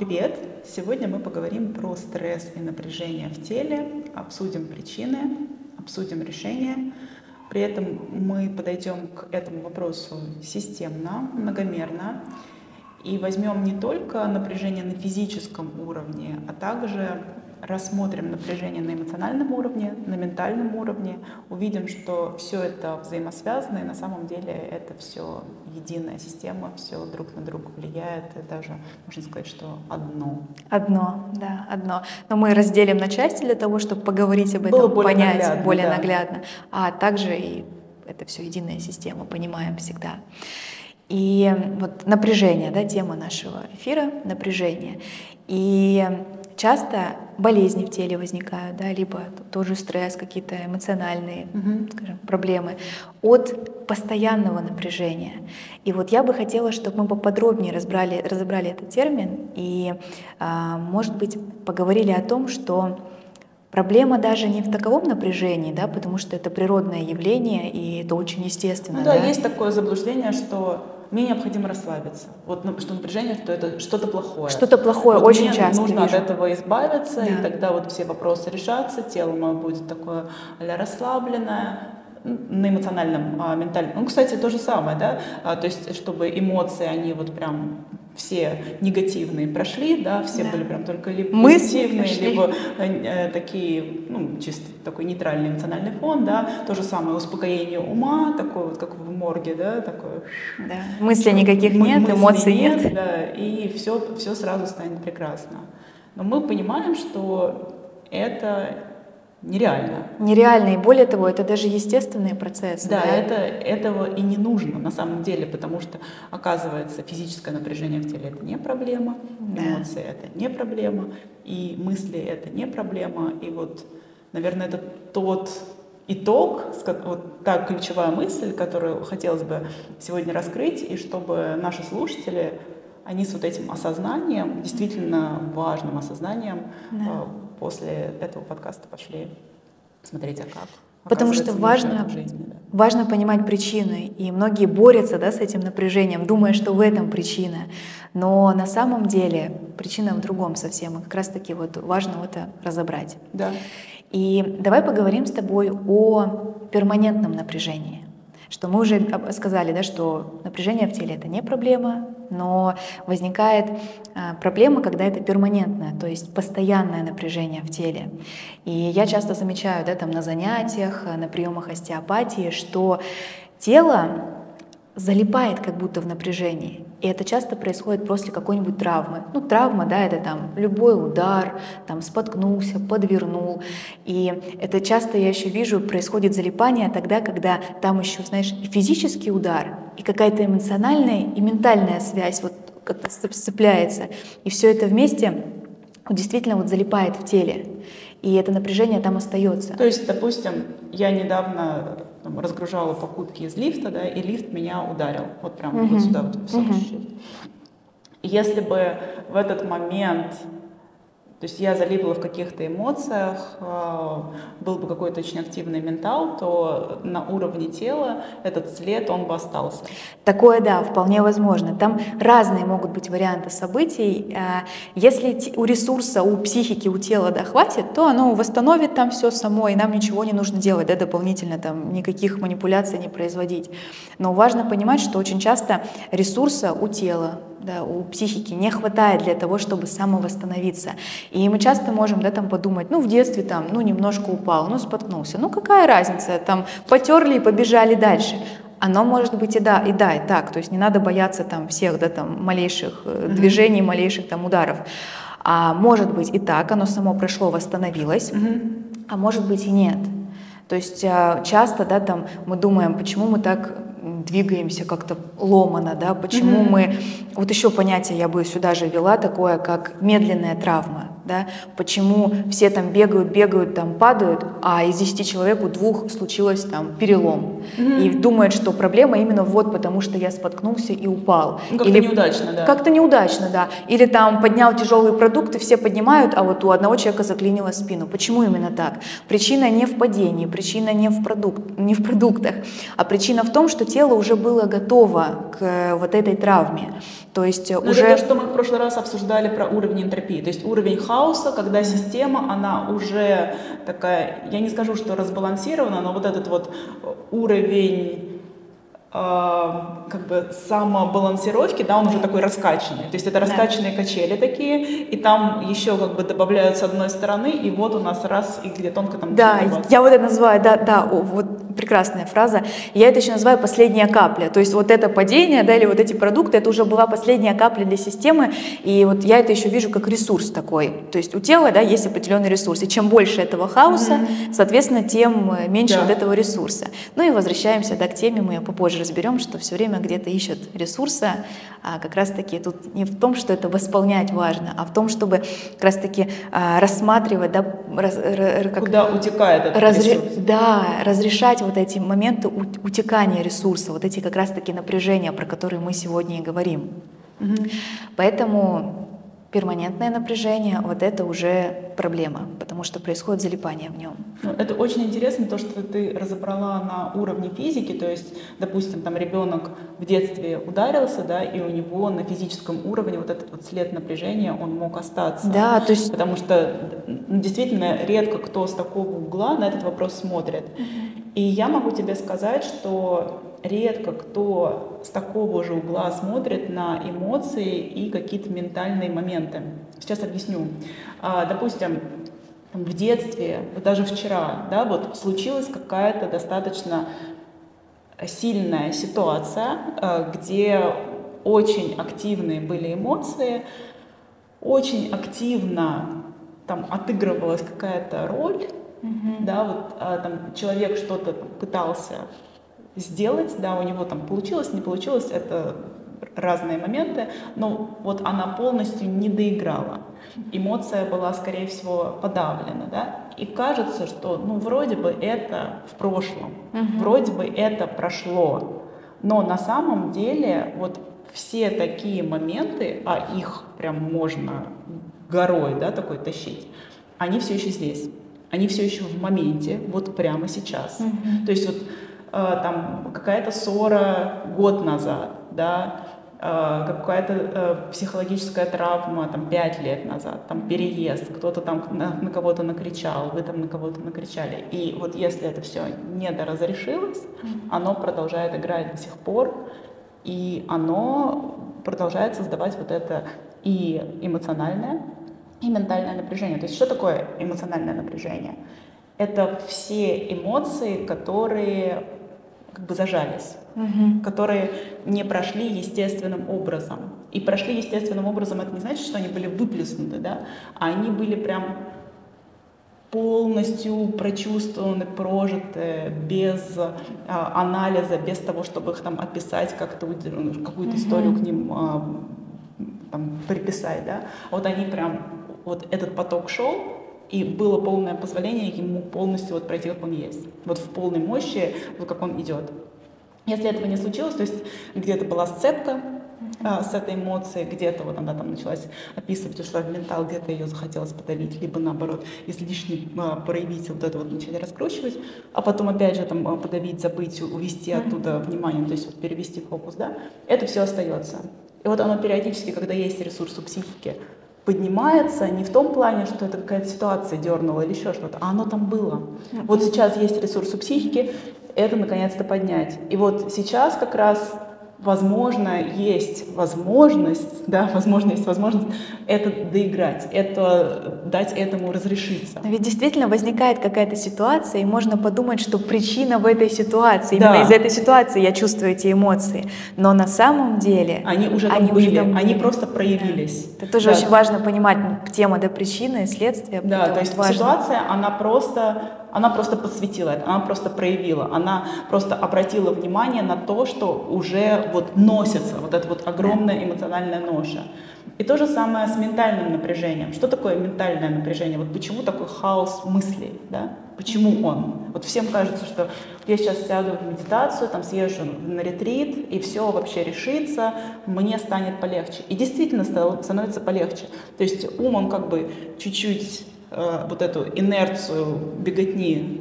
Привет! Сегодня мы поговорим про стресс и напряжение в теле, обсудим причины, обсудим решения. При этом мы подойдем к этому вопросу системно, многомерно и возьмем не только напряжение на физическом уровне, а также рассмотрим напряжение на эмоциональном уровне, на ментальном уровне, увидим, что все это взаимосвязано, и на самом деле это все единая система, все друг на друга влияет, и даже, можно сказать, что одно. Одно. Но мы разделим на части для того, чтобы поговорить об Было этом, более понять наглядно, более да. наглядно. А также и это все единая система, понимаем всегда. И вот напряжение, да, тема нашего эфира — напряжение. И часто болезни в теле возникают, да, либо тоже стресс, какие-то эмоциональные, скажем, проблемы от постоянного напряжения. И вот я бы хотела, чтобы мы поподробнее разобрали этот термин и, может быть, поговорили о том, что проблема даже не в таковом напряжении, да, потому что это природное явление, и это очень естественно. Да, есть такое заблуждение, что мне необходимо расслабиться. Вот, что напряжение, что это что-то плохое. Что-то плохое, вот очень мне часто нужно вижу. от этого избавиться, Да. и тогда вот все вопросы решатся, тело мое будет такое а-ля расслабленное, на эмоциональном, ментальном. Ну, кстати, то же самое, да, то есть, чтобы эмоции, они вот прям все негативные прошли, да, все были прям только либо позитивные, либо такие, ну, чисто такой нейтральный эмоциональный фон, да, то же самое успокоение ума, такое вот, как в морге, да, такое. Да. Мыслей никаких нет, эмоций нет. Да, и все сразу станет прекрасно. Но мы понимаем, что это нереально. Нереально, и более того, это даже естественные процессы. Да, этого и не нужно на самом деле, потому что, оказывается, физическое напряжение в теле — это не проблема, эмоции — это не проблема, и мысли — это не проблема. И вот, наверное, это тот итог, вот та ключевая мысль, которую хотелось бы сегодня раскрыть, и чтобы наши слушатели, они с вот этим осознанием, действительно важным осознанием, после этого подкаста пошли смотреть, а как. Потому что важно понимать причины, и многие борются, да, с этим напряжением, думая, что в этом причина. Но на самом деле причина в другом совсем, и как раз-таки вот важно это разобрать. Да. И давай поговорим с тобой о перманентном напряжении. Что мы уже сказали, да, что напряжение в теле — это не проблема, но возникает проблема, когда это перманентное, то есть постоянное напряжение в теле. И я часто замечаю, да, там на занятиях, на приемах остеопатии, что тело залипает как будто в напряжении. И это часто происходит после какой-нибудь травмы. Ну, травма, да, это там любой удар, там споткнулся, подвернул. И это часто, я еще вижу, происходит залипание тогда, когда там еще, знаешь, и физический удар, и какая-то эмоциональная и ментальная связь вот как-то сцепляется. И все это вместе действительно вот залипает в теле. И это напряжение там остается. То есть, допустим, я недавно разгружала покупки из лифта, да, и лифт меня ударил. Вот прям вот сюда вот все чуть-чуть. И если бы в этот момент, то есть я залипла в каких-то эмоциях, был бы какой-то очень активный ментал, то на уровне тела этот след, он бы остался. Такое, да, вполне возможно. Там разные могут быть варианты событий. Если у ресурса, у психики, у тела, да, хватит, то оно восстановит там все само, и нам ничего не нужно делать, да, дополнительно там никаких манипуляций не производить. Но важно понимать, что очень часто ресурса у тела, да, у психики не хватает для того, чтобы самовосстановиться. И мы часто можем, да, там подумать, ну в детстве там, ну немножко упал, ну споткнулся, ну какая разница, там потерли и побежали дальше. Оно может быть и так, то есть не надо бояться там всех, да, там малейших движений, малейших там ударов. А может быть и так, оно само прошло, восстановилось, а может быть и нет. То есть часто, да, там мы думаем, почему мы так двигаемся как-то ломано, да, почему мы... Вот еще понятие я бы сюда же ввела, такое как медленная травма. да, почему все там бегают, там падают, а из 10 человек у 2 случилось там перелом. И думают, что проблема именно вот потому, что я споткнулся и упал. Ну, как-то неудачно, да. Как-то неудачно, да. Или там поднял тяжелый продукт, и все поднимают, а вот у одного человека заклинило спину. Почему именно так? Причина не в падении, причина не в продуктах, а причина в том, что тело уже было готово к вот этой травме. То есть уже... Это то, что мы в прошлый раз обсуждали про уровень энтропии. То есть уровень хаоса, когда система, она уже такая, я не скажу, что разбалансирована, но вот этот вот уровень как бы самобалансировки, да, он уже такой раскачанный. То есть это раскачанные качели такие, и там еще как бы добавляют с одной стороны, и вот у нас раз, и где тонко там... Да, я вот это называю, вот прекрасная фраза. Я это еще называю последняя капля. То есть вот это падение, да, или вот эти продукты, это уже была последняя капля для системы, и вот я это еще вижу как ресурс такой. То есть у тела, да, есть определенный ресурс, и чем больше этого хаоса, соответственно, тем меньше вот этого ресурса. Ну и возвращаемся, да, к теме, мы ее попозже разберем, что все время где-то ищут ресурса, а как раз-таки тут не в том, что это восполнять важно, а в том, чтобы как раз-таки рассматривать, да, куда утекает этот ресурс. Да, разрешать вот эти моменты утекания ресурса, вот эти как раз-таки напряжения, про которые мы сегодня и говорим. Поэтому перманентное напряжение, вот это уже проблема, потому что происходит залипание в нем. Это очень интересно, то, что ты разобрала на уровне физики, то есть, допустим, там ребенок в детстве ударился, да, и у него на физическом уровне вот этот вот след напряжения, он мог остаться. Да, то есть... Потому что действительно редко кто с такого угла на этот вопрос смотрит. И я могу тебе сказать, что редко кто с такого же угла смотрит на эмоции и какие-то ментальные моменты. Сейчас объясню. Допустим, в детстве, даже вчера, да, вот случилась какая-то достаточно сильная ситуация, где очень активные были эмоции, очень активно там отыгрывалась какая-то роль, да, вот там человек что-то пытался сделать, да, у него там получилось, не получилось, это разные моменты, но вот она полностью не доиграла. Эмоция была, скорее всего, подавлена, да, и кажется, что, ну, вроде бы это в прошлом, вроде бы это прошло, но на самом деле вот все такие моменты, а их прям можно горой, да, такой тащить, они все еще здесь, они все еще в моменте, вот прямо сейчас. То есть вот там какая-то ссора год назад, да, какая-то психологическая травма там 5 лет назад, там переезд, кто-то там на кого-то накричал, вы там на кого-то накричали. И вот если это все недоразрешилось, оно продолжает играть до сих пор, и оно продолжает создавать вот это и эмоциональное, и ментальное напряжение. То есть что такое эмоциональное напряжение? Это все эмоции, которые как бы зажались, которые не прошли естественным образом. И прошли естественным образом, это не значит, что они были выплеснуты, да? А они были прям полностью прочувствованы, прожиты, без анализа, без того, чтобы их там описать, как-то какую-то историю к ним там, приписать, да? Вот они прям, вот этот поток шел, и было полное позволение ему полностью вот пройти, как он есть. Вот в полной мощи, вот как он идет. Если этого не случилось, то есть где-то была сцепка с этой эмоцией, где-то вот она там началась описывать, ушла в ментал, где-то ее захотелось подавить, либо наоборот, излишне проявить, вот это вот начали раскручивать, а потом опять же там подавить, забыть, увести оттуда внимание, то есть вот перевести фокус, да, это все остается. И вот оно периодически, когда есть ресурс у психики, поднимается не в том плане, что это какая-то ситуация дернула или еще что-то, а оно там было. Вот сейчас есть ресурс у психики, это наконец-то поднять. И вот сейчас как раз возможно, есть возможность, да, это доиграть, это дать этому разрешиться. Но ведь действительно возникает какая-то ситуация, и можно подумать, что причина в этой ситуации, именно из этой ситуации я чувствую эти эмоции. Но на самом деле они уже там были, они просто проявились. Это тоже очень важно понимать, тема, да, причины и следствия. Да, то есть ситуация, она просто подсветила это, она просто проявила, она просто обратила внимание на то, что уже вот носится, вот эта вот огромная эмоциональная ноша. И то же самое с ментальным напряжением. Что такое ментальное напряжение? Вот почему такой хаос мыслей, да? Почему он? Вот всем кажется, что я сейчас сяду в медитацию, там съезжу на ретрит, и все вообще решится, мне станет полегче. И действительно становится полегче. То есть ум, он как бы чуть-чуть вот эту инерцию беготни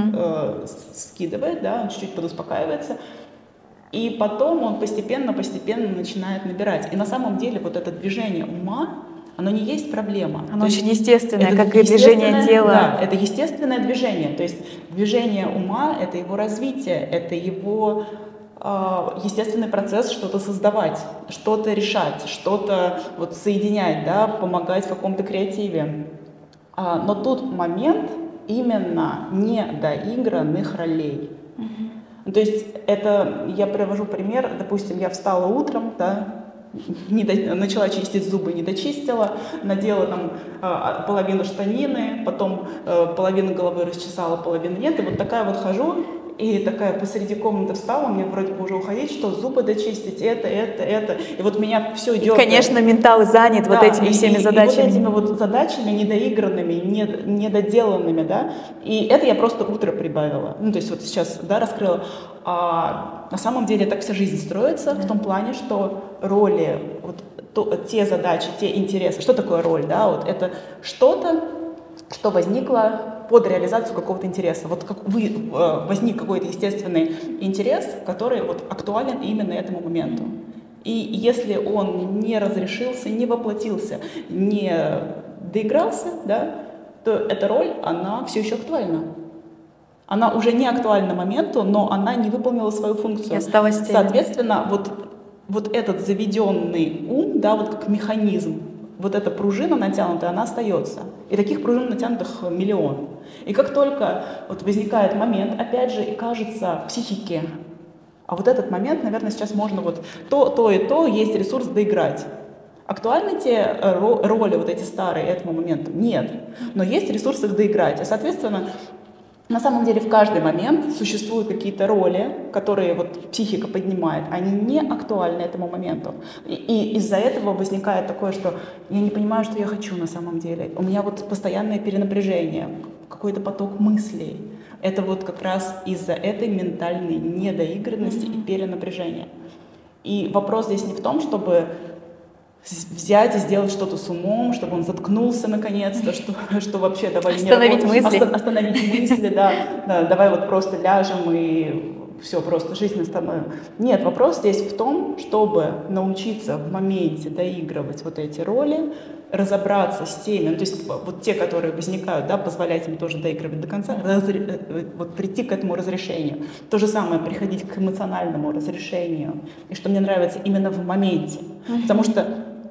скидывает, да, он чуть-чуть подуспокаивается, и потом он постепенно начинает набирать. И на самом деле вот это движение ума, оно не есть проблема. Оно очень естественное, как и движение тела. Да, это естественное движение. То есть движение ума — это его развитие, это его естественный процесс что-то создавать, что-то решать, что-то вот соединять, да, помогать в каком-то креативе. Но тут момент именно недоигранных ролей. То есть это, я привожу пример, допустим, я встала утром, да, начала чистить зубы, не дочистила, надела там половину штанины, потом половину головы расчесала, половину нет, и вот такая вот хожу, и такая посреди комнаты встала, мне вроде бы уже уходить, что зубы дочистить, это, и вот меня все идет. И, конечно, ментал занят вот этими всеми задачами. И вот этими вот задачами недоигранными, недоделанными, да, и это я просто утро прибавила, ну, то есть вот сейчас, да, раскрыла. А на самом деле так вся жизнь строится в том плане, что роли, вот, те задачи, те интересы, что такое роль, да, вот это что-то, что возникло под реализацию какого-то интереса. Вот как возник какой-то естественный интерес, который вот актуален именно этому моменту. И если он не разрешился, не воплотился, не доигрался, да, то эта роль, она все еще актуальна. Она уже не актуальна моменту, но она не выполнила свою функцию. И осталась тем. Соответственно, вот этот заведенный ум, да, вот как механизм, вот эта пружина натянутая, она остается. И таких пружин натянутых миллион. И как только вот возникает момент, опять же, и кажется психике, а вот этот момент, наверное, сейчас можно вот то и то, есть ресурс доиграть. Актуальны те роли, вот эти старые, этому моменту? Нет. Но есть ресурс их доиграть. И, соответственно, на самом деле в каждый момент существуют какие-то роли, которые вот психика поднимает, они не актуальны этому моменту. И из-за этого возникает такое, что я не понимаю, что я хочу на самом деле. У меня вот постоянное перенапряжение, какой-то поток мыслей. Это вот как раз из-за этой ментальной недоигранности и перенапряжения. И вопрос здесь не в том, чтобы взять и сделать что-то с умом, чтобы он заткнулся наконец-то, что вообще давай остановить мысли. Остановить мысли, да, давай вот просто ляжем и все, просто жизнь остановим. Нет, вопрос здесь в том, чтобы научиться в моменте доигрывать вот эти роли, разобраться с теми, ну, то есть вот те, которые возникают, да, позволять им тоже доигрывать до конца, вот прийти к этому разрешению. То же самое, приходить к эмоциональному разрешению. И что мне нравится именно в моменте. Потому что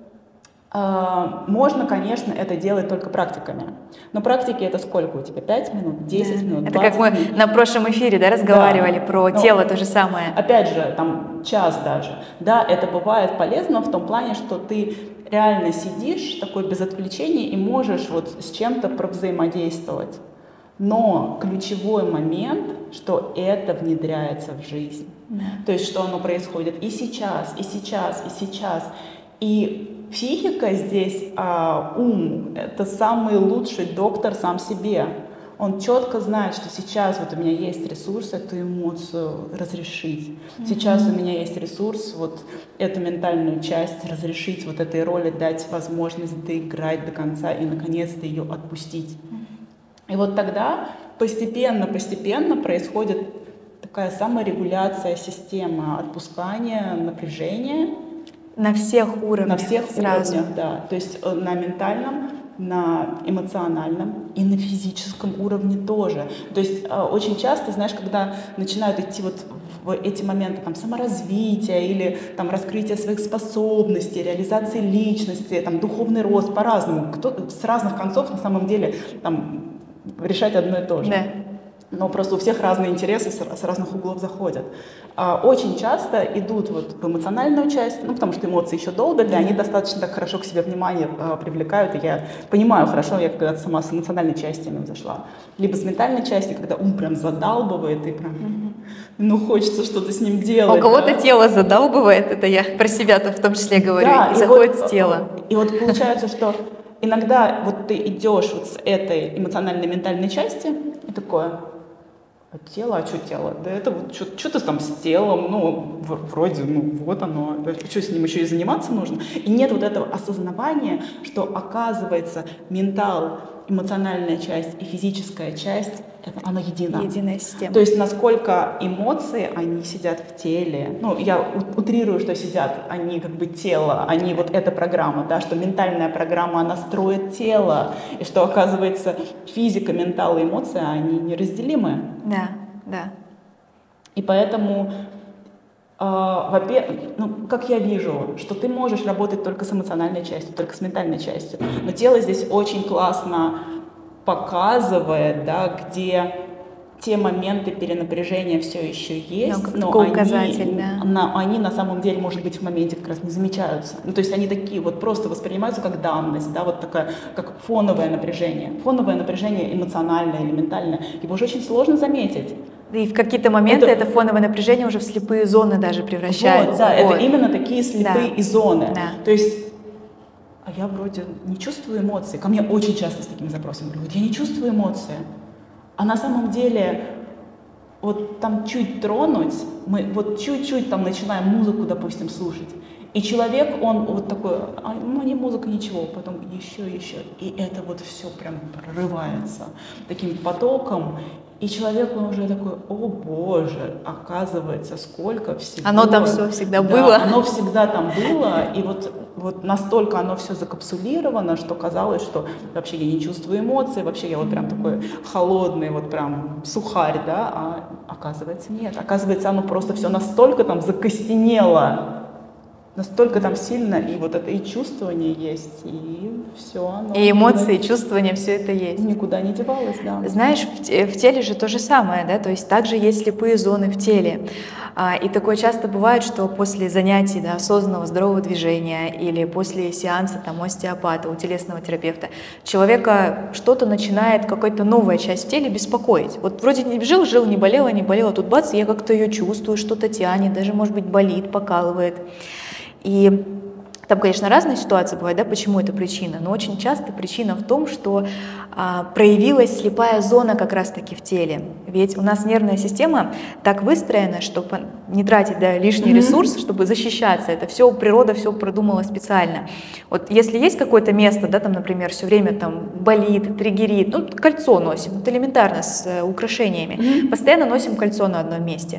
можно, конечно, это делать только практиками. Но практики — это сколько у тебя? 5 минут, 10 минут, 20 Это как мы минут? на прошлом эфире, да, разговаривали про тело, то же самое. Опять же, там час даже. Да, это бывает полезно в том плане, что ты реально сидишь такой без отвлечений и можешь вот с чем-то провзаимодействовать. Но ключевой момент, что это внедряется в жизнь. Да. То есть, что оно происходит и сейчас, и сейчас, и сейчас. И психика здесь, ум — это самый лучший доктор сам себе. Он четко знает, что сейчас вот у меня есть ресурс эту эмоцию разрешить. Сейчас у меня есть ресурс вот эту ментальную часть разрешить, вот этой роли дать возможность доиграть до конца и наконец-то ее отпустить. И вот тогда постепенно происходит такая саморегуляция системы отпускания напряжения. На всех уровнях. На всех уровнях, да. То есть на ментальном, на эмоциональном и на физическом уровне тоже. То есть очень часто, знаешь, когда начинают идти вот в эти моменты там, саморазвития или там, раскрытия своих способностей, реализации личности, там, духовный рост по-разному. Кто с разных концов на самом деле там, решать одно и то же. Да. но просто у всех разные интересы с разных углов заходят. Очень часто идут вот в эмоциональную часть, ну, потому что эмоции еще долго, они достаточно так хорошо к себе внимание привлекают, и я понимаю хорошо, я когда-то сама с эмоциональной части именно зашла. Либо с ментальной части, когда ум прям задалбывает, и прям, ну, хочется что-то с ним делать. У кого-то тело задалбывает, это я про себя-то в том числе говорю, и заходит с тела. И вот получается, что иногда вот ты идешь вот с этой эмоциональной, ментальной части, и такое... Тело, а что тело? Да это вот что-то там с телом, ну, вроде, ну, вот оно, что с ним еще и заниматься нужно? И нет вот этого осознавания, что оказывается ментал, эмоциональная часть и физическая часть, это оно едино. Единая система. То есть насколько эмоции, они сидят в теле, ну, я утрирую, что сидят, они как бы тело, они вот эта программа, да, что ментальная программа, она строит тело, и что, оказывается, физика, ментал и эмоции, они неразделимы. Да, да. И поэтому, во-первых, ну, как я вижу, что ты можешь работать только с эмоциональной частью, только с ментальной частью, но тело здесь очень классно показывает, да, где те моменты перенапряжения все еще есть, но они на самом деле, может быть, в моменте как раз не замечаются. Ну, то есть они такие вот просто воспринимаются как данность, да, вот такая, как фоновое напряжение. Фоновое напряжение эмоциональное или ментальное, его же очень сложно заметить. И в какие-то моменты это фоновое напряжение уже в слепые зоны даже превращается. Вот, да, это именно такие слепые зоны. Да. То есть, а я вроде не чувствую эмоций. Ко мне очень часто с такими запросами говорят, я не чувствую эмоции. А на самом деле, вот там чуть тронуть, мы вот чуть-чуть там начинаем музыку, допустим, слушать, и человек, он вот такой, ну не музыка, ничего, потом еще, и это вот все прям прорывается таким потоком, и человек, он уже такой, о боже, оказывается, сколько всего. Оно там все всегда было. Оно всегда там было, и вот настолько оно все закапсулировано, что казалось, что вообще я не чувствую эмоций, вообще я вот прям такой холодный, вот прям сухарь, да, а оказывается нет. Оказывается, оно просто все настолько там закостенело, настолько там сильно, и вот это и чувствование есть, и все оно. И эмоции, и чувствования, все это есть. Никуда не девалось, да. Знаешь, в теле же то же самое, да, то есть также есть слепые зоны в теле. И такое часто бывает, что после занятий, да, осознанного здорового движения или после сеанса там, у остеопата, у телесного терапевта, человека что-то начинает, какая-то новая часть в теле беспокоить. Вот вроде не жил, не болела, тут бац, я как-то ее чувствую, что-то тянет, даже, может быть, болит, покалывает. И там, конечно, разные ситуации бывают, да, почему это причина, но очень часто причина в том, что проявилась слепая зона как раз-таки в теле. Ведь у нас нервная система так выстроена, чтобы не тратить, да, лишний ресурс, чтобы защищаться. Это все природа все продумала специально. Вот если есть какое-то место, да, там, например, все время там болит, триггерит, ну, кольцо носим, вот элементарно с украшениями, постоянно носим кольцо на одном месте.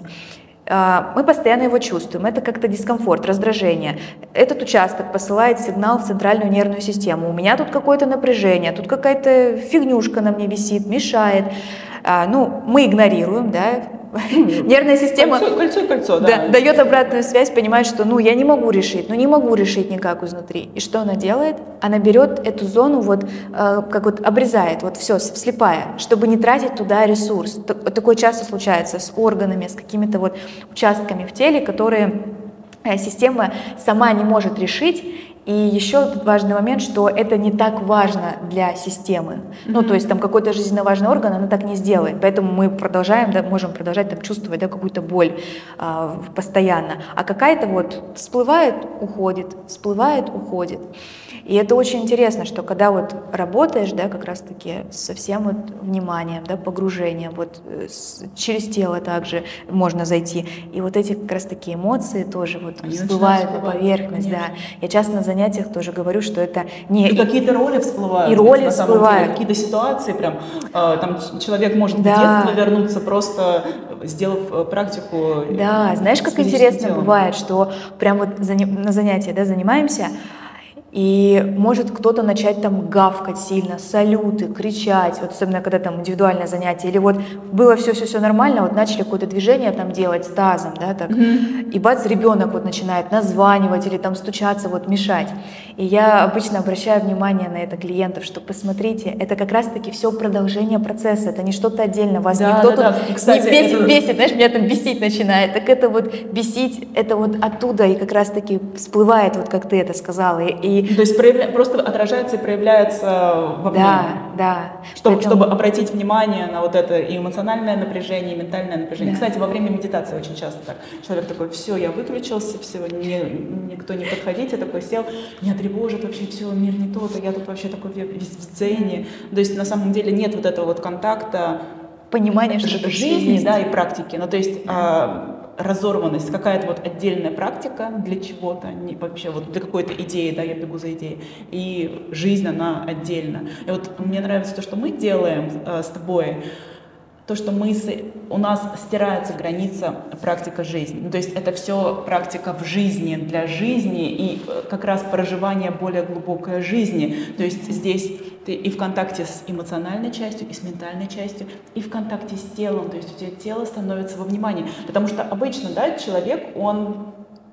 Мы постоянно его чувствуем, это как-то дискомфорт, раздражение. Этот участок посылает сигнал в центральную нервную систему. У меня тут какое-то напряжение, тут какая-то фигнюшка на мне висит, мешает. Ну, мы игнорируем, да. Нервная система кольцо, да. Дает обратную связь, понимает, что ну я не могу решить никак изнутри. И что она делает? Она берет эту зону, вот как вот обрезает, вот все, слепая, чтобы не тратить туда ресурс. Такое часто случается с органами, с какими-то вот участками в теле, которые система сама не может решить. И еще тут важный момент, что это не так важно для системы. Ну, то есть там какой-то жизненно важный орган, она так не сделает. Поэтому мы продолжаем, да, можем продолжать там, чувствовать, да, какую-то боль постоянно. А какая-то вот всплывает, уходит. И это очень интересно, что когда вот работаешь, да, как раз-таки со всем вот вниманием, да, погружением, вот через тело также можно зайти. И вот эти как раз-таки эмоции тоже вот всплывают на поверхность. Да. Я часто на занятиях тоже говорю, что это не... И какие-то роли всплывают. И роли всплывают. Какие-то ситуации прям, там человек может в детство вернуться, просто сделав практику. Да, знаешь, как интересно бывает, что прям вот на занятии, да, занимаемся, И может кто-то начать там гавкать сильно, салюты, кричать, вот особенно когда там индивидуальное занятие, или вот было все нормально, вот начали какое-то движение там делать с тазом, да, так, и бац, ребенок вот начинает названивать или там стучаться, вот мешать. И я обычно обращаю внимание на это клиентов, что посмотрите, это как раз-таки все продолжение процесса, это не что-то отдельно, вас никто тут Кстати, не бесит, знаешь, меня там бесить начинает, так это вот бесить, это вот оттуда и как раз-таки всплывает, вот как ты это сказала. То есть просто отражается и проявляется во мне. Да. Чтобы обратить внимание на вот это и эмоциональное напряжение, и ментальное напряжение. Да. Кстати, во время медитации очень часто так. Человек такой, все, я выключился, все, никто не подходить, я такой сел, меня тревожит вообще, все, мир не тот, а я тут вообще такой весь в дзене. То есть на самом деле нет вот этого вот контакта, понимание, что жизни, да, и практики. Ну, то есть разорванность, какая-то вот отдельная практика для чего-то, вообще вот для какой-то идеи, да, я бегу за идеей, и жизнь, она отдельно. И вот мне нравится то, что мы делаем с тобой, то, что у нас стирается граница практика жизни. Ну, то есть это все практика в жизни, для жизни и как раз проживание более глубокой жизни. То есть здесь ты и в контакте с эмоциональной частью, и с ментальной частью, и в контакте с телом. То есть у тебя тело становится во внимании. Потому что обычно, да, человек, он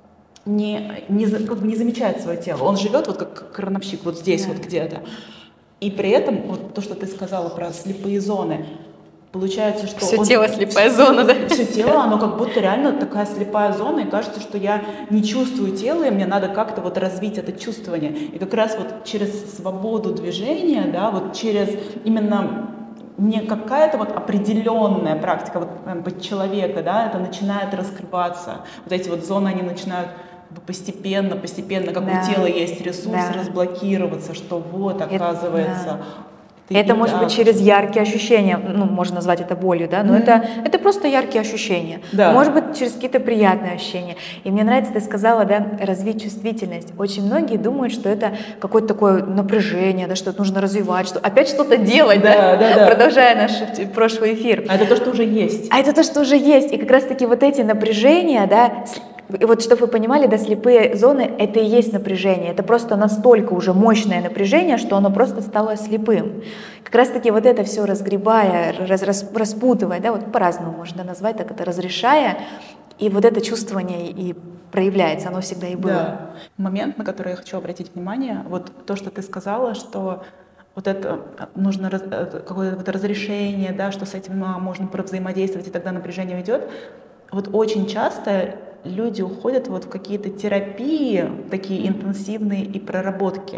не замечает свое тело. Он живет вот как крановщик вот здесь, вот где-то. И при этом, вот то, что ты сказала про слепые зоны, получается, что все тело слепая зона, да? Все тело, оно как будто реально такая слепая зона, и кажется, что я не чувствую тело, и мне надо как-то вот развить это чувствование. И как раз вот через свободу движения, да, вот через именно не какая-то вот определенная практика вот быть человека, да, это начинает раскрываться. Вот эти вот зоны, они начинают постепенно, как у тела есть ресурс, разблокироваться, что вот, оказывается... Это может быть через яркие ощущения, ну, можно назвать это болью, да, но это просто яркие ощущения. Да. Может быть, через какие-то приятные ощущения. И мне нравится, ты сказала, да, развить чувствительность. Очень многие думают, что это какое-то такое напряжение, да, что это нужно развивать, что опять что-то делать, да, продолжая наш прошлый эфир. А это то, что уже есть. И как раз-таки вот эти напряжения, да, и вот чтобы вы понимали, да, слепые зоны — это и есть напряжение. Это просто настолько уже мощное напряжение, что оно просто стало слепым. Как раз-таки вот это все разгребая, распутывая, да, вот по-разному можно назвать, так это разрешая, и вот это чувствование и проявляется, оно всегда и было. Да. Момент, на который я хочу обратить внимание, вот то, что ты сказала, что вот это нужно какое-то вот разрешение, да, что с этим можно взаимодействовать, и тогда напряжение уйдет. Вот очень часто люди уходят вот в какие-то терапии, такие интенсивные и проработки.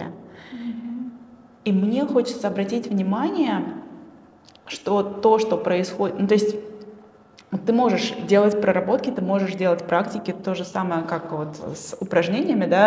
И мне хочется обратить внимание, что то, что происходит... Ну, то есть ты можешь делать проработки, ты можешь делать практики, то же самое, как вот с упражнениями, да,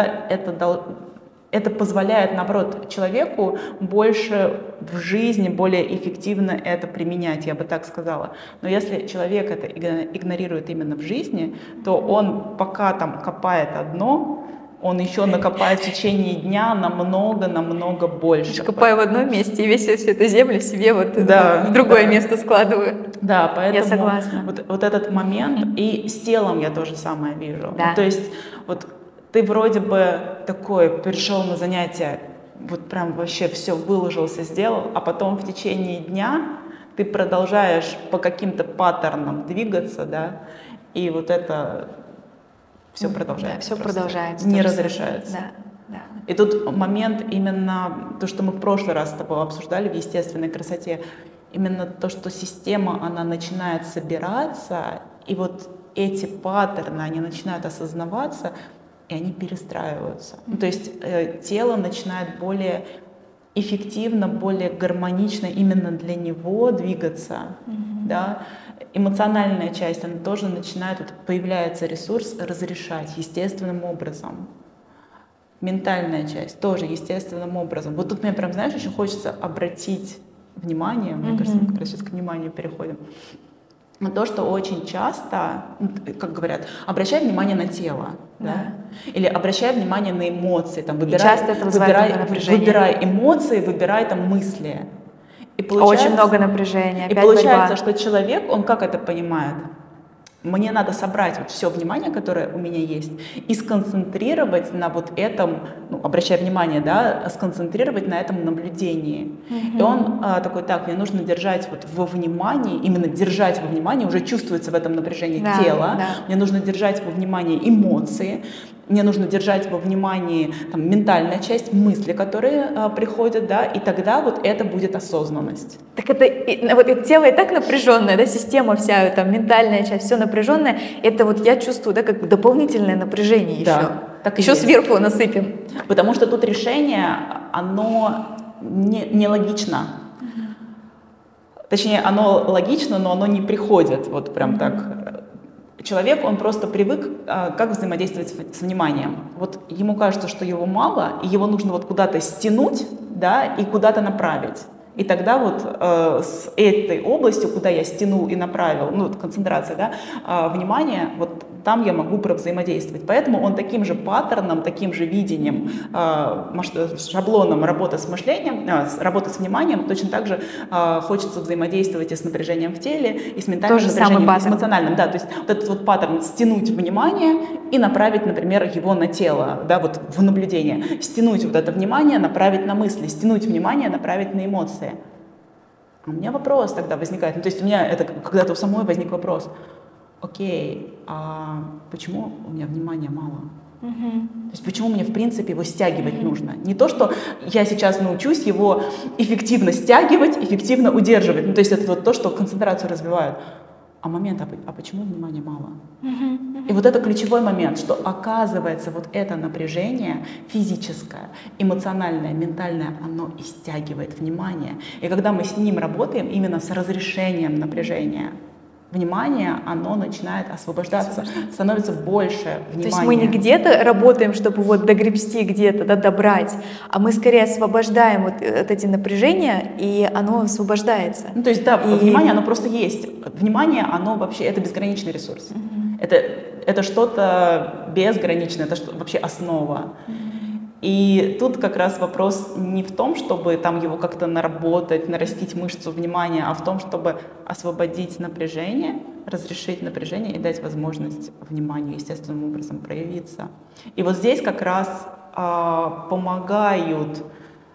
это позволяет, наоборот, человеку больше в жизни, более эффективно это применять, я бы так сказала. Но если человек это игнорирует именно в жизни, то он пока там копает одно, он еще накопает в течение дня намного больше. Копаю в одном месте и всю эту землю себе вот в другое место складываю. Да, поэтому я согласна. Вот этот момент, и с телом я тоже самое вижу. Да. То есть вот ты вроде бы такой пришел на занятие, вот прям вообще все выложился, сделал, а потом в течение дня ты продолжаешь по каким-то паттернам двигаться, да, и вот это все продолжается. Да, все продолжается. Не разрешается. Да. И тут момент именно то, что мы в прошлый раз с тобой обсуждали в естественной красоте, именно то, что система, она начинает собираться, и вот эти паттерны, они начинают осознаваться, и они перестраиваются. То есть тело начинает более эффективно, более гармонично именно для него двигаться. Да? Эмоциональная часть, она тоже начинает, вот появляется ресурс разрешать естественным образом. Ментальная часть тоже естественным образом. Вот тут мне прям, знаешь, еще хочется обратить внимание, мне кажется, мы как раз сейчас к вниманию переходим, на то, что очень часто, как говорят, обращай внимание на тело, да? Или обращай внимание на эмоции, там, выбирай эмоции, выбирай там мысли. И очень много напряжения. И получается, что человек, он как это понимает? мне надо собрать вот все внимание, которое у меня есть, и сконцентрировать на вот этом, ну, обращая внимание, да, сконцентрировать на этом наблюдении. И он такой, так, мне нужно держать вот во внимании, именно держать во внимании, уже чувствуется в этом напряжении тело, мне нужно держать во внимании эмоции, мне нужно держать во внимании там, ментальная часть, мысли, которые приходят, да, и тогда вот это будет осознанность. Так это вот тело и так напряженное, да, система вся, там, ментальная часть, все напряженное, это вот я чувствую, да, как дополнительное напряжение да, еще. Так еще сверху насыпем. Потому что тут решение, оно не логично. Точнее, оно логично, но оно не приходит вот прям так. Человек, он просто привык, как взаимодействовать с вниманием. Вот ему кажется, что его мало, и его нужно вот куда-то стянуть, да, и куда-то направить. И тогда вот с этой областью, куда я стянул и направил, ну, концентрация, да, внимания, вот там я могу взаимодействовать. Поэтому он таким же паттерном, таким же видением, шаблоном работы с мышлением, работы с вниманием, точно так же хочется взаимодействовать и с напряжением в теле, и с ментальным напряжением, и с эмоциональным. Да, то есть вот этот вот паттерн стянуть внимание и направить, например, его на тело, да, вот в наблюдение. Стянуть вот это внимание, направить на мысли, стянуть внимание, направить на эмоции. У меня вопрос тогда возникает, ну, то есть у меня это когда-то у самой возник вопрос: окей, а почему у меня внимания мало? То есть почему мне, в принципе, его стягивать нужно? Не то, что я сейчас научусь его эффективно стягивать, эффективно удерживать. Ну, то есть это вот то, что концентрацию развивает. А момент, а почему внимания мало? И вот это ключевой момент, что оказывается вот это напряжение физическое, эмоциональное, ментальное, оно и стягивает внимание. И когда мы с ним работаем, именно с разрешением напряжения, внимание, оно начинает освобождаться, становится больше внимания. То есть мы не где-то работаем, чтобы вот догребсти где-то, да, добрать, а мы скорее освобождаем вот эти напряжения, и оно освобождается. Ну, то есть, да, внимание, оно просто есть. Внимание, оно вообще, это безграничный ресурс. Это что-то безграничное, это вообще основа. И тут как раз вопрос не в том, чтобы там его как-то наработать, нарастить мышцу внимания, а в том, чтобы освободить напряжение, разрешить напряжение и дать возможность вниманию естественным образом проявиться. И вот здесь как раз помогают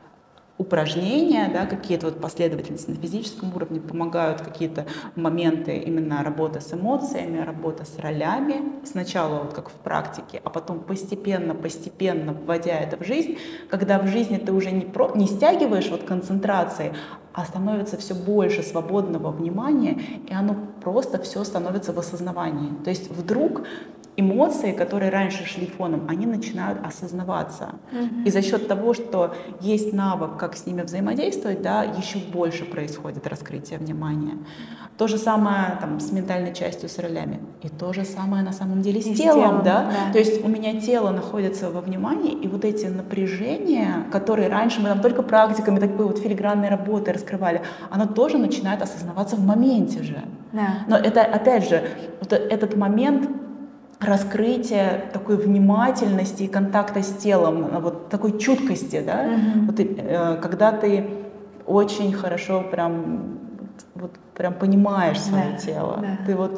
упражнения, да, какие-то вот последовательности на физическом уровне, помогают какие-то моменты именно работы с эмоциями, работа с ролями, сначала вот как в практике, а потом постепенно вводя это в жизнь, когда в жизни ты уже не стягиваешь вот концентрации, а становится все больше свободного внимания, и оно просто все становится в осознавании. То есть вдруг эмоции, которые раньше шли фоном, они начинают осознаваться. И за счет того, что есть навык, как с ними взаимодействовать, да, еще больше происходит раскрытие внимания. То же самое там, с ментальной частью, с ролями. И то же самое на самом деле с телом. Да? То есть у меня тело находится во внимании, и вот эти напряжения, которые раньше мы там только практиками, такой вот филигранной работы раскрывали, оно тоже начинает осознаваться в моменте же. Но это, опять же, вот этот момент раскрытие такой внимательности и контакта с телом, вот такой чуткости, да, вот, когда ты очень хорошо прям понимаешь свое тело, ты вот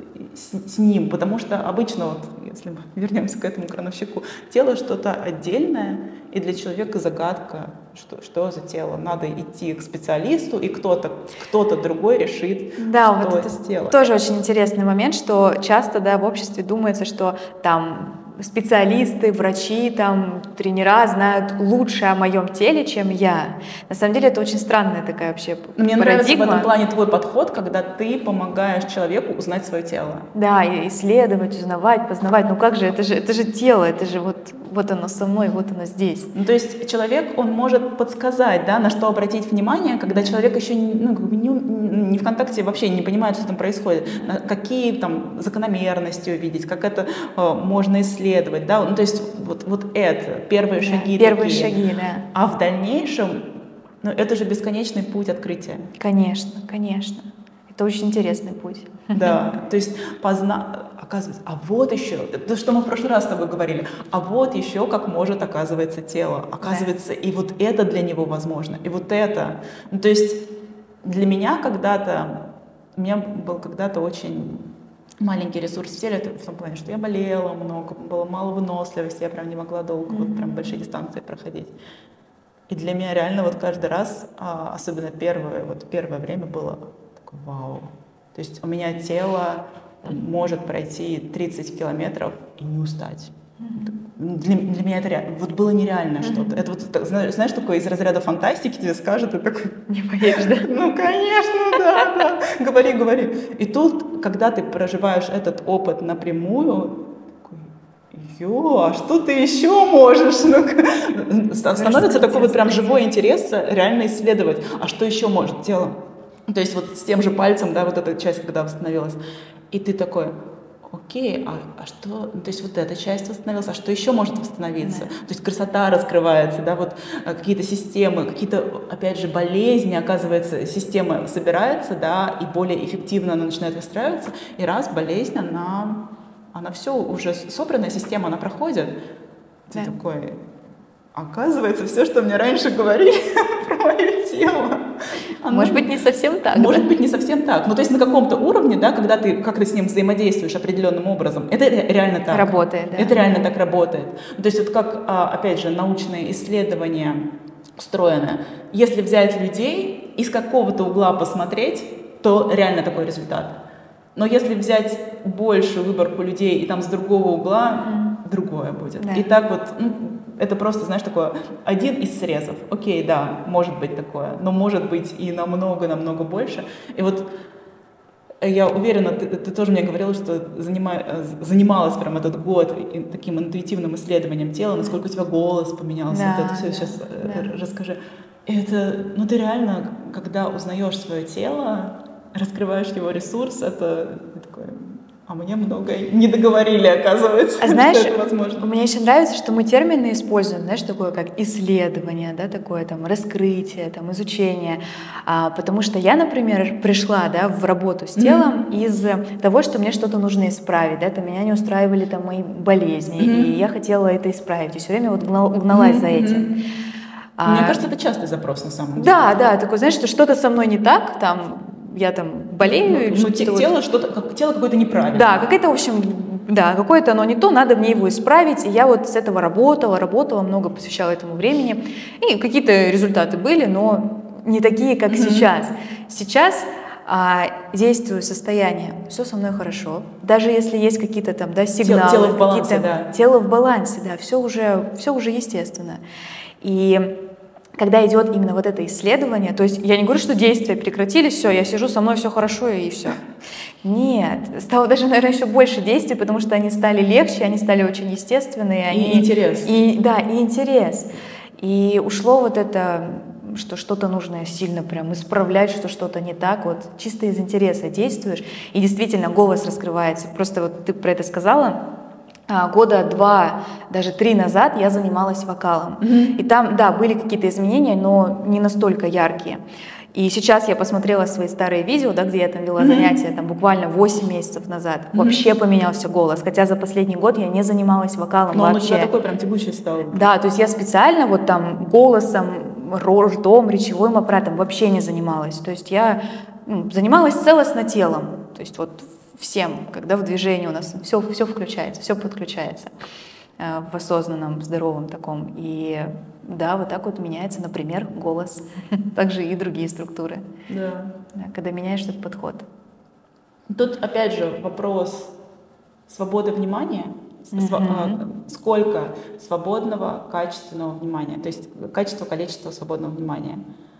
с ним, потому что обычно, вот, если мы вернемся к этому крановщику, тело что-то отдельное, и для человека загадка, что за тело. Надо идти к специалисту, и кто-то другой решит, да, что вот это с телом. Тоже очень интересный момент, что часто, да, в обществе думается, что там специалисты, врачи, там, тренера знают лучше о моем теле, чем я. На самом деле это очень странная такая вообще парадигма. Мне нравится в этом плане твой подход, когда ты помогаешь человеку узнать свое тело. Да, исследовать, узнавать, познавать. Ну как же, это же тело, это же вот оно со мной, вот оно здесь. Ну, то есть человек, он может подсказать, да, на что обратить внимание, когда человек еще не в контакте, вообще не понимает, что там происходит, какие там закономерности увидеть, как это можно исследовать, да, ну, то есть вот это, первые шаги. Первые шаги, да. А в дальнейшем, ну, это же бесконечный путь открытия. Конечно, конечно. Это очень интересный путь. Да, то есть оказывается, а вот еще, то, что мы в прошлый раз с тобой говорили, а вот еще как может, оказывается, тело. Оказывается, да. И вот это для него возможно, и вот это. Ну, то есть для меня у меня был когда-то очень маленький ресурс в теле, это в том плане, что я болела много, было мало выносливости, я прям не могла долго вот прям большие дистанции проходить. И для меня реально вот каждый раз, особенно первое время было такое вау. То есть у меня тело может пройти 30 километров и не устать. Для меня это реально, вот было нереально что-то. Это вот, знаешь, такое из разряда фантастики тебе скажут, и такой... Не поверишь, да? Ну, конечно, да. Говори. И тут, когда ты проживаешь этот опыт напрямую, а что ты еще можешь? Становится такой вот прям живой интерес реально исследовать. А что еще может тело? То есть вот с тем же пальцем, да, вот эта часть, когда восстановилась. И ты такой, окей, а что, то есть вот эта часть восстановилась, а что еще может восстановиться? Да. То есть красота раскрывается, да, вот какие-то системы, какие-то, опять же, болезни, оказывается, система собирается, да, и более эффективно она начинает выстраиваться, и раз болезнь, она все, уже собранная система, она проходит. Ты такой, оказывается, все, что мне раньше говорили про мое тело. Может быть, не совсем так. Может быть, не совсем так. Ну, то есть на каком-то уровне, да, когда ты как-то с ним взаимодействуешь определенным образом, это реально так. Работает, да. Это реально так работает. То есть вот как, опять же, научные исследования устроены. Если взять людей и с какого-то угла посмотреть, то реально такой результат. Но если взять большую выборку людей и там с другого угла, другое будет. Да. И так вот, это просто, знаешь, такое, один из срезов. Окей, да, может быть такое, но может быть и намного больше. И вот я уверена, ты тоже мне говорила, что занималась прям этот год таким интуитивным исследованием тела, насколько у тебя голос поменялся. Да, вот это все сейчас расскажи. Это, ты реально, когда узнаешь свое тело, раскрываешь его ресурс, это такое... А мне много не договорили, оказывается, а знаешь, что это возможно. Мне еще нравится, что мы термины используем, знаешь, такое как исследование, да, такое там раскрытие, там изучение, потому что я, например, пришла, да, в работу с телом из того, что мне что-то нужно исправить, да, там меня не устраивали там мои болезни, и я хотела это исправить, и все время вот гналась за этим. Мне кажется, это частый запрос на самом деле. Да, такой, знаешь, что что-то со мной не так, там, я там болею. Тело какое-то неправильное. Да, какое-то, в общем, да, какое-то оно не то, надо мне его исправить. И я вот с этого работала, много посвящала этому времени. И какие-то результаты были, но не такие, как сейчас. Сейчас действую состояние, все со мной хорошо. Даже если есть какие-то там, да, сигналы. Тело в балансе, да. Тело в балансе, да, все уже естественно. И когда идет именно вот это исследование, то есть я не говорю, что действия прекратились, все, я сижу, со мной все хорошо и все. Нет, стало даже, наверное, еще больше действий, потому что они стали легче, они стали очень естественные. И интерес. И интерес. И ушло вот это, что что-то нужно сильно прям исправлять, что что-то не так, вот чисто из интереса действуешь, и действительно голос раскрывается. Просто вот ты про это сказала. Года 2, даже 3 назад я занималась вокалом. И там, да, были какие-то изменения, но не настолько яркие. И сейчас я посмотрела свои старые видео, да, где я там вела занятия, там буквально 8 месяцев назад. Вообще поменялся голос, хотя за последний год я не занималась вокалом но вообще. Но он у тебя такой прям тягучий стал. Да, то есть я специально вот там голосом, ртом, речевым аппаратом вообще не занималась. То есть я занималась целостно телом. То есть вот всем, когда в движении у нас все включается, все подключается в осознанном, здоровом таком. И да, вот так вот меняется, например, голос, также и другие структуры. Да. Когда меняешь этот подход. Тут опять же вопрос свободы внимания. Сколько свободного, качественного внимания, то есть качество, количество свободного внимания.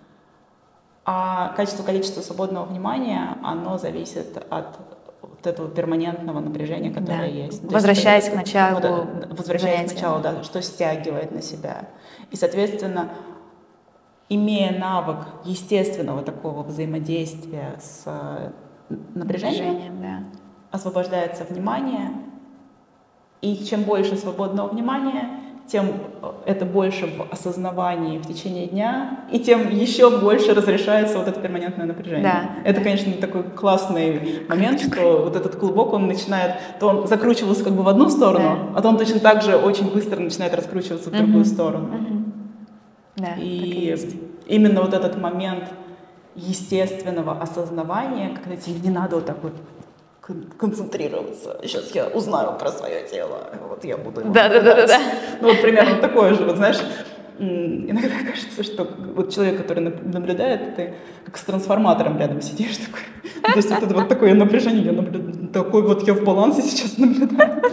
А качество, количество свободного внимания, оно зависит от вот этого перманентного напряжения, которое есть. Возвращаясь к началу. Возвращаясь к началу, да, что стягивает на себя. И, соответственно, имея навык естественного такого взаимодействия с напряжением, освобождается внимание. И чем больше свободного внимания, тем это больше в осознавании в течение дня, и тем еще больше разрешается вот это перманентное напряжение. Да. Это, конечно, такой классный момент, что вот этот клубок, он начинает, то он закручивался как бы в одну сторону, а то он точно так же очень быстро начинает раскручиваться в другую сторону. Да, и именно вот этот момент естественного осознавания, когда тебе не надо вот так вот концентрироваться. Сейчас я узнаю про свое тело, вот я буду его Да. Ну, вот примерно такое же, вот знаешь, иногда кажется, что вот человек, который наблюдает, ты как с трансформатором рядом сидишь такой. То есть вот это вот такое напряжение, я наблюдаю, такой вот я в балансе сейчас наблюдаю.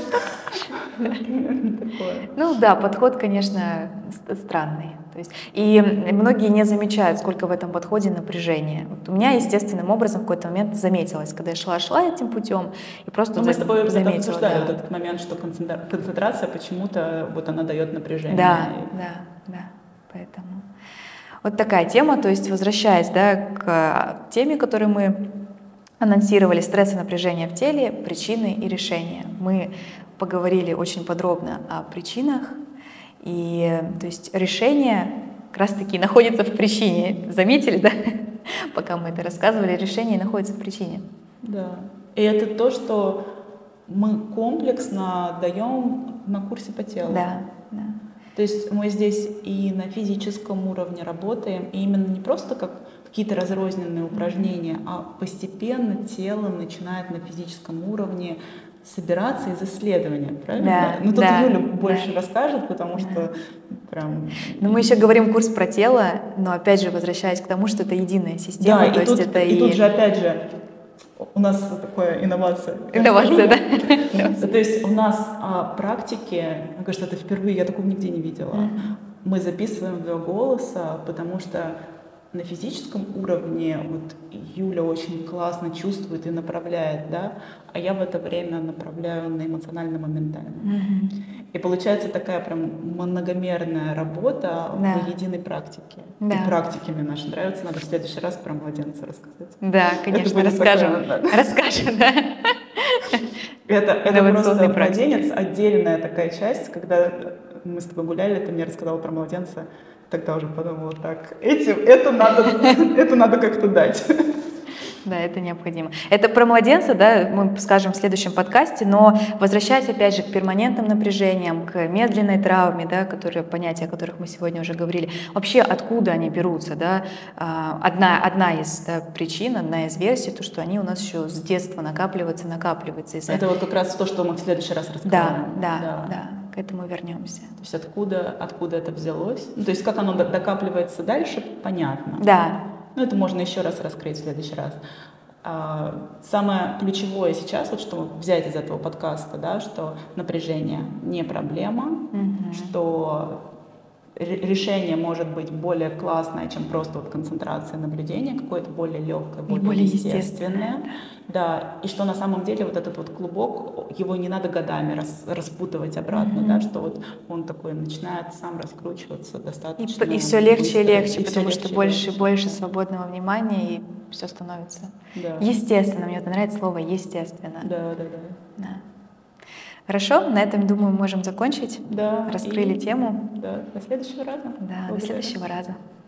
Ну да, подход, конечно, странный. То есть, и многие не замечают, сколько в этом подходе напряжения. Вот у меня естественным образом в какой-то момент заметилось, когда я шла этим путем, и просто мы с тобой заметила. обсуждали вот этот момент, что концентрация почему-то вот она дает напряжение. Да. Поэтому вот такая тема. То есть, возвращаясь, да, к теме, которую мы анонсировали, стресс и напряжение в теле, причины и решения. Мы поговорили очень подробно о причинах, и то есть решение как раз-таки находится в причине. Заметили, да? Пока мы это рассказывали, решение находится в причине. Да. И это то, что мы комплексно даем на курсе по телу. Да. То есть мы здесь и на физическом уровне работаем, и именно не просто как какие-то разрозненные упражнения, а постепенно тело начинает на физическом уровне собираться из исследования, правильно? Да, ну тут да, Юля больше расскажет, потому что прям... Но мы еще говорим курс про тело, но опять же возвращаясь к тому, что это единая система. Да, и тут же опять же у нас такая инновация. Инновация, да. То есть у нас практики, мне кажется, это впервые, я такого нигде не видела. Мы записываем в 2 голоса, потому что на физическом уровне вот Юля очень классно чувствует и направляет, да, а я в это время направляю на эмоционально-моментально. И получается такая прям многомерная работа в единой практике. И практики мне наши нравятся, надо в следующий раз про младенца рассказать. Да, конечно, расскажем. Расскажем, да. Это просто младенец, отдельная такая часть, когда мы с тобой гуляли, ты мне рассказала про младенца, тогда уже подумала, так, это надо как-то дать. Да, это необходимо. Это про младенца, да, мы скажем в следующем подкасте, но возвращаясь опять же к перманентным напряжениям, к медленной травме, да, понятия, о которых мы сегодня уже говорили, вообще откуда они берутся, да, одна из причин, одна из версий, то, что они у нас еще с детства накапливаются. Это вот как раз то, что мы в следующий раз расскажем. Да. К этому вернемся. То есть откуда это взялось? Ну, то есть как оно докапливается дальше, понятно. Да. Ну, это можно еще раз раскрыть в следующий раз. Самое ключевое сейчас, вот что взять из этого подкаста, да, что напряжение не проблема, что решение может быть более классное, чем просто вот концентрация наблюдения, какое-то более легкое, более естественное. Да, и что на самом деле вот этот вот клубок, его не надо годами распутывать обратно, да, что вот он такой начинает сам раскручиваться достаточно. И все легче и легче, и потому что больше и больше свободного внимания, и все становится естественно. Мне это нравится слово «естественно». Да. Хорошо, на этом, думаю, можем закончить. Да. Раскрыли тему. Да, до следующего раза. Да, до следующего раза.